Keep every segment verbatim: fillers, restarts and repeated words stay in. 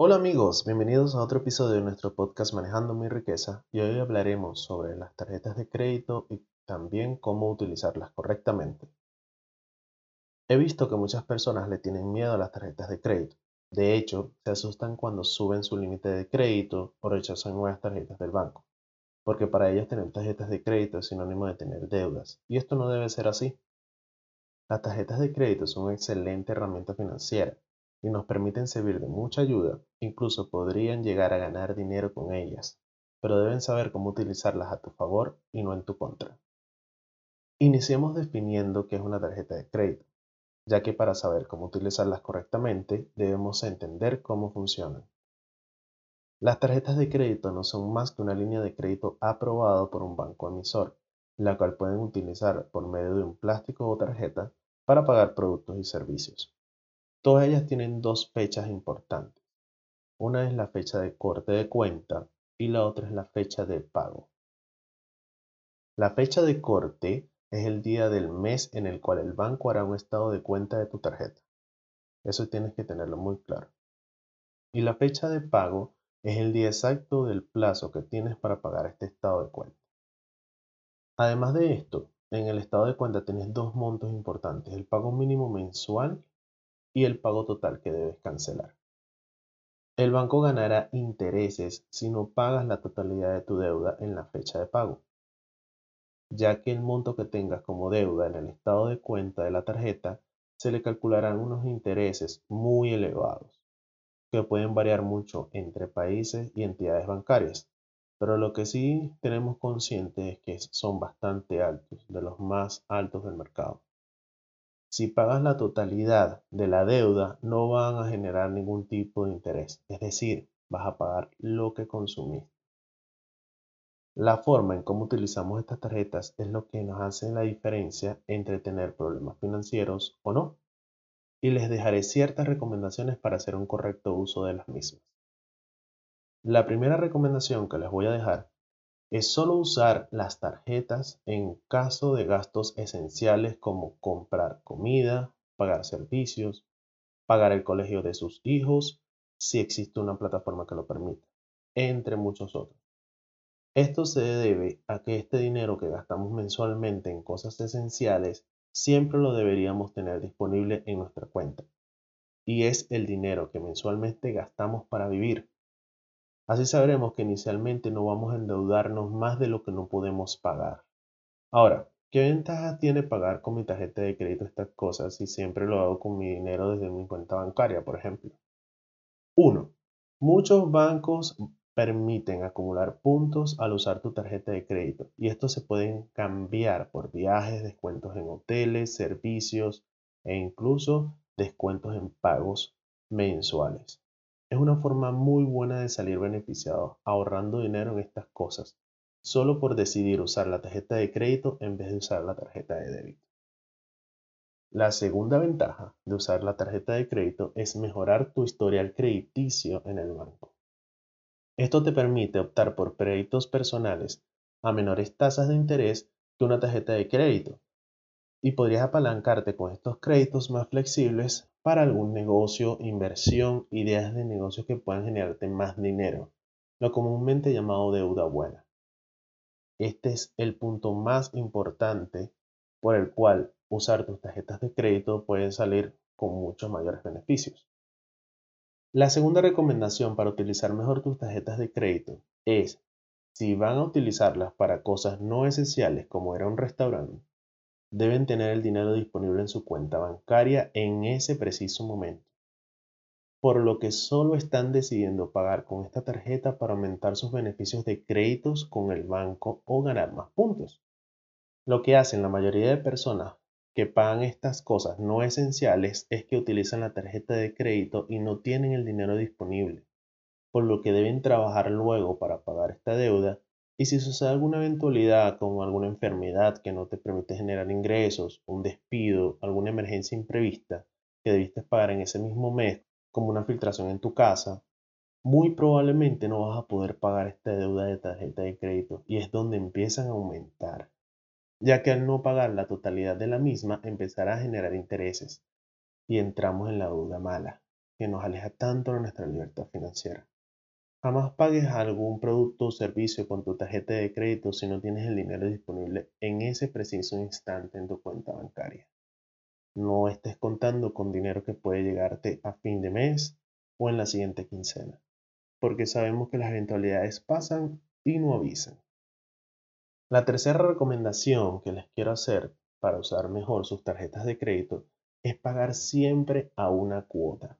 Hola amigos, bienvenidos a otro episodio de nuestro podcast Manejando mi riqueza y hoy hablaremos sobre las tarjetas de crédito y también cómo utilizarlas correctamente. He visto que muchas personas le tienen miedo a las tarjetas de crédito. De hecho, se asustan cuando suben su límite de crédito o rechazan nuevas tarjetas del banco, porque para ellos tener tarjetas de crédito es sinónimo de tener deudas, y esto no debe ser así. Las tarjetas de crédito son una excelente herramienta financiera y nos permiten servir de mucha ayuda, incluso podrían llegar a ganar dinero con ellas, pero deben saber cómo utilizarlas a tu favor y no en tu contra. Iniciemos definiendo qué es una tarjeta de crédito, ya que para saber cómo utilizarlas correctamente debemos entender cómo funcionan. Las tarjetas de crédito no son más que una línea de crédito aprobado por un banco emisor, la cual pueden utilizar por medio de un plástico o tarjeta para pagar productos y servicios. Todas ellas tienen dos fechas importantes. Una es la fecha de corte de cuenta y la otra es la fecha de pago. La fecha de corte es el día del mes en el cual el banco hará un estado de cuenta de tu tarjeta. Eso tienes que tenerlo muy claro. Y la fecha de pago es el día exacto del plazo que tienes para pagar este estado de cuenta. Además de esto, en el estado de cuenta tienes dos montos importantes, el pago mínimo mensual y el pago total que debes cancelar. El banco ganará intereses si no pagas la totalidad de tu deuda en la fecha de pago, ya que el monto que tengas como deuda en el estado de cuenta de la tarjeta se le calcularán unos intereses muy elevados, que pueden variar mucho entre países y entidades bancarias, pero lo que sí tenemos consciente es que son bastante altos, de los más altos del mercado. Si pagas la totalidad de la deuda, no van a generar ningún tipo de interés, es decir, vas a pagar lo que consumiste. La forma en cómo utilizamos estas tarjetas es lo que nos hace la diferencia entre tener problemas financieros o no, y les dejaré ciertas recomendaciones para hacer un correcto uso de las mismas. La primera recomendación que les voy a dejar es solo usar las tarjetas en caso de gastos esenciales como comprar comida, pagar servicios, pagar el colegio de sus hijos, si existe una plataforma que lo permita, entre muchos otros. Esto se debe a que este dinero que gastamos mensualmente en cosas esenciales siempre lo deberíamos tener disponible en nuestra cuenta. Y es el dinero que mensualmente gastamos para vivir. Así sabremos que inicialmente no vamos a endeudarnos más de lo que no podemos pagar. Ahora, ¿qué ventaja tiene pagar con mi tarjeta de crédito estas cosas si siempre lo hago con mi dinero desde mi cuenta bancaria, por ejemplo? Uno, muchos bancos permiten acumular puntos al usar tu tarjeta de crédito y estos se pueden cambiar por viajes, descuentos en hoteles, servicios e incluso descuentos en pagos mensuales. Es una forma muy buena de salir beneficiados ahorrando dinero en estas cosas, solo por decidir usar la tarjeta de crédito en vez de usar la tarjeta de débito. La segunda ventaja de usar la tarjeta de crédito es mejorar tu historial crediticio en el banco. Esto te permite optar por créditos personales a menores tasas de interés que una tarjeta de crédito y podrías apalancarte con estos créditos más flexibles para algún negocio, inversión, ideas de negocio que puedan generarte más dinero, lo comúnmente llamado deuda buena. Este es el punto más importante por el cual usar tus tarjetas de crédito puede salir con muchos mayores beneficios. La segunda recomendación para utilizar mejor tus tarjetas de crédito es, si van a utilizarlas para cosas no esenciales como ir a un restaurante, deben tener el dinero disponible en su cuenta bancaria en ese preciso momento, por lo que solo están decidiendo pagar con esta tarjeta para aumentar sus beneficios de créditos con el banco o ganar más puntos. Lo que hacen la mayoría de personas que pagan estas cosas no esenciales es que utilizan la tarjeta de crédito y no tienen el dinero disponible, por lo que deben trabajar luego para pagar esta deuda. Y si sucede alguna eventualidad como alguna enfermedad que no te permite generar ingresos, un despido, alguna emergencia imprevista que debiste pagar en ese mismo mes, como una filtración en tu casa, muy probablemente no vas a poder pagar esta deuda de tarjeta de crédito y es donde empiezan a aumentar, ya que al no pagar la totalidad de la misma empezará a generar intereses y entramos en la deuda mala, que nos aleja tanto de nuestra libertad financiera. Jamás pagues algún producto o servicio con tu tarjeta de crédito si no tienes el dinero disponible en ese preciso instante en tu cuenta bancaria. No estés contando con dinero que puede llegarte a fin de mes o en la siguiente quincena, porque sabemos que las eventualidades pasan y no avisan. La tercera recomendación que les quiero hacer para usar mejor sus tarjetas de crédito es pagar siempre a una cuota.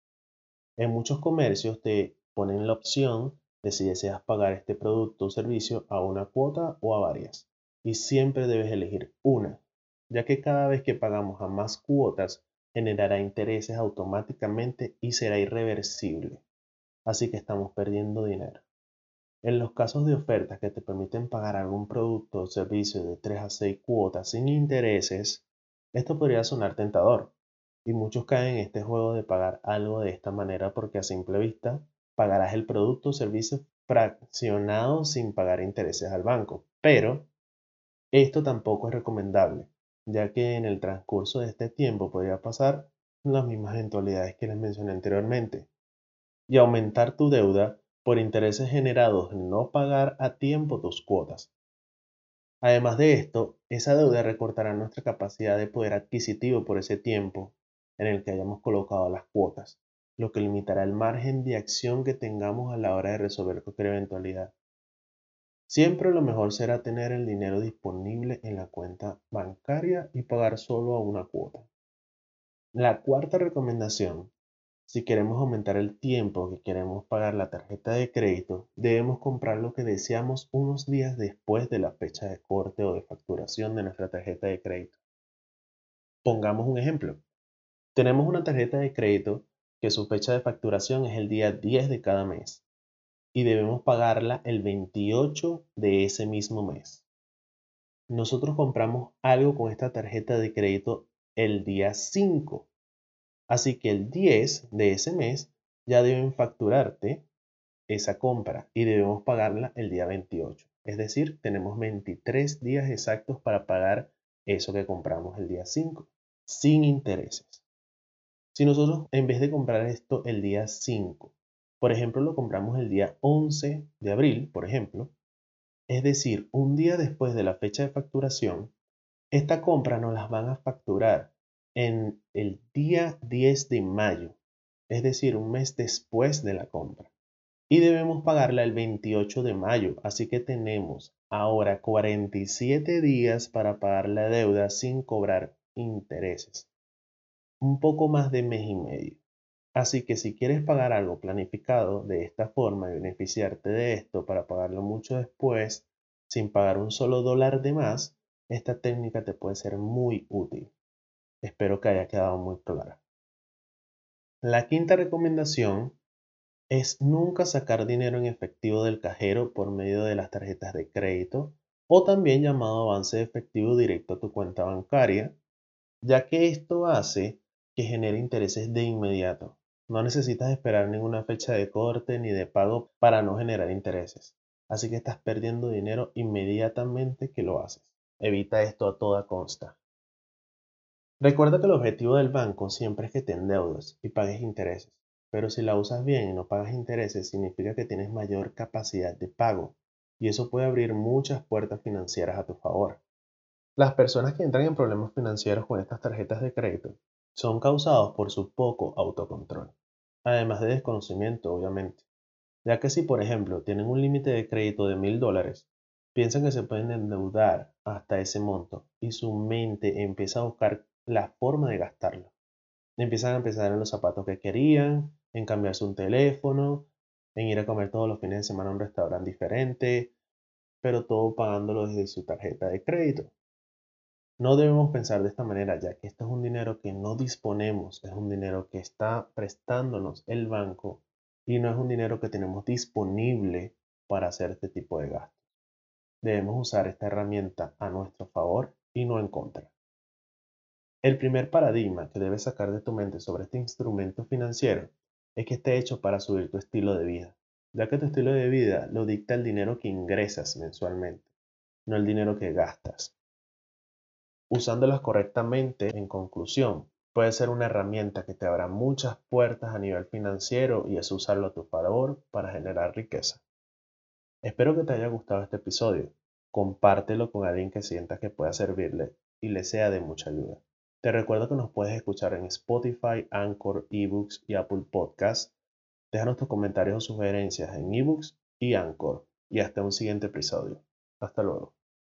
En muchos comercios te ponen la opción de si deseas pagar este producto o servicio a una cuota o a varias, y siempre debes elegir una, ya que cada vez que pagamos a más cuotas generará intereses automáticamente y será irreversible, así que estamos perdiendo dinero. En los casos de ofertas que te permiten pagar algún producto o servicio de tres a seis cuotas sin intereses, esto podría sonar tentador, y muchos caen en este juego de pagar algo de esta manera porque a simple vista pagarás el producto o servicio fraccionado sin pagar intereses al banco. Pero esto tampoco es recomendable, ya que en el transcurso de este tiempo podría pasar las mismas eventualidades que les mencioné anteriormente y aumentar tu deuda por intereses generados en no pagar a tiempo tus cuotas. Además de esto, esa deuda recortará nuestra capacidad de poder adquisitivo por ese tiempo en el que hayamos colocado las cuotas, lo que limitará el margen de acción que tengamos a la hora de resolver cualquier eventualidad. Siempre lo mejor será tener el dinero disponible en la cuenta bancaria y pagar solo a una cuota. La cuarta recomendación: si queremos aumentar el tiempo que queremos pagar la tarjeta de crédito, debemos comprar lo que deseamos unos días después de la fecha de corte o de facturación de nuestra tarjeta de crédito. Pongamos un ejemplo. Tenemos una tarjeta de crédito que su fecha de facturación es el día diez de cada mes y debemos pagarla el veintiocho de ese mismo mes. Nosotros compramos algo con esta tarjeta de crédito el día cinco. Así que el diez de ese mes ya deben facturarte esa compra y debemos pagarla el día veintiocho. Es decir, tenemos veintitrés días exactos para pagar eso que compramos el día cinco, sin intereses. Si nosotros en vez de comprar esto el día cinco, por ejemplo, lo compramos el día once de abril, por ejemplo, es decir, un día después de la fecha de facturación, esta compra nos las van a facturar en el día diez de mayo, es decir, un mes después de la compra. Y debemos pagarla el veintiocho de mayo, así que tenemos ahora cuarenta y siete días para pagar la deuda sin cobrar intereses. Un poco más de mes y medio. Así que si quieres pagar algo planificado de esta forma y beneficiarte de esto para pagarlo mucho después, sin pagar un solo dólar de más, esta técnica te puede ser muy útil. Espero que haya quedado muy clara. La quinta recomendación es nunca sacar dinero en efectivo del cajero por medio de las tarjetas de crédito o también llamado avance de efectivo directo a tu cuenta bancaria, ya que esto hace que genere intereses de inmediato. No necesitas esperar ninguna fecha de corte ni de pago para no generar intereses. Así que estás perdiendo dinero inmediatamente que lo haces. Evita esto a toda costa. Recuerda que el objetivo del banco siempre es que te endeudes y pagues intereses, pero si la usas bien y no pagas intereses, significa que tienes mayor capacidad de pago y eso puede abrir muchas puertas financieras a tu favor. Las personas que entran en problemas financieros con estas tarjetas de crédito son causados por su poco autocontrol, además de desconocimiento, obviamente, ya que si, por ejemplo, tienen un límite de crédito de mil dólares, piensan que se pueden endeudar hasta ese monto y su mente empieza a buscar la forma de gastarlo. Empiezan a pensar en los zapatos que querían, en cambiarse un teléfono, en ir a comer todos los fines de semana a un restaurante diferente, pero todo pagándolo desde su tarjeta de crédito. No debemos pensar de esta manera, ya que esto es un dinero que no disponemos, es un dinero que está prestándonos el banco y no es un dinero que tenemos disponible para hacer este tipo de gastos. Debemos usar esta herramienta a nuestro favor y no en contra. El primer paradigma que debes sacar de tu mente sobre este instrumento financiero es que esté hecho para subir tu estilo de vida, ya que tu estilo de vida lo dicta el dinero que ingresas mensualmente, no el dinero que gastas. Usándolas correctamente, en conclusión, puede ser una herramienta que te abra muchas puertas a nivel financiero y es usarlo a tu favor para generar riqueza. Espero que te haya gustado este episodio. Compártelo con alguien que sientas que pueda servirle y le sea de mucha ayuda. Te recuerdo que nos puedes escuchar en Spotify, Anchor, eBooks y Apple Podcasts. Déjanos tus comentarios o sugerencias en eBooks y Anchor. Y hasta un siguiente episodio. Hasta luego.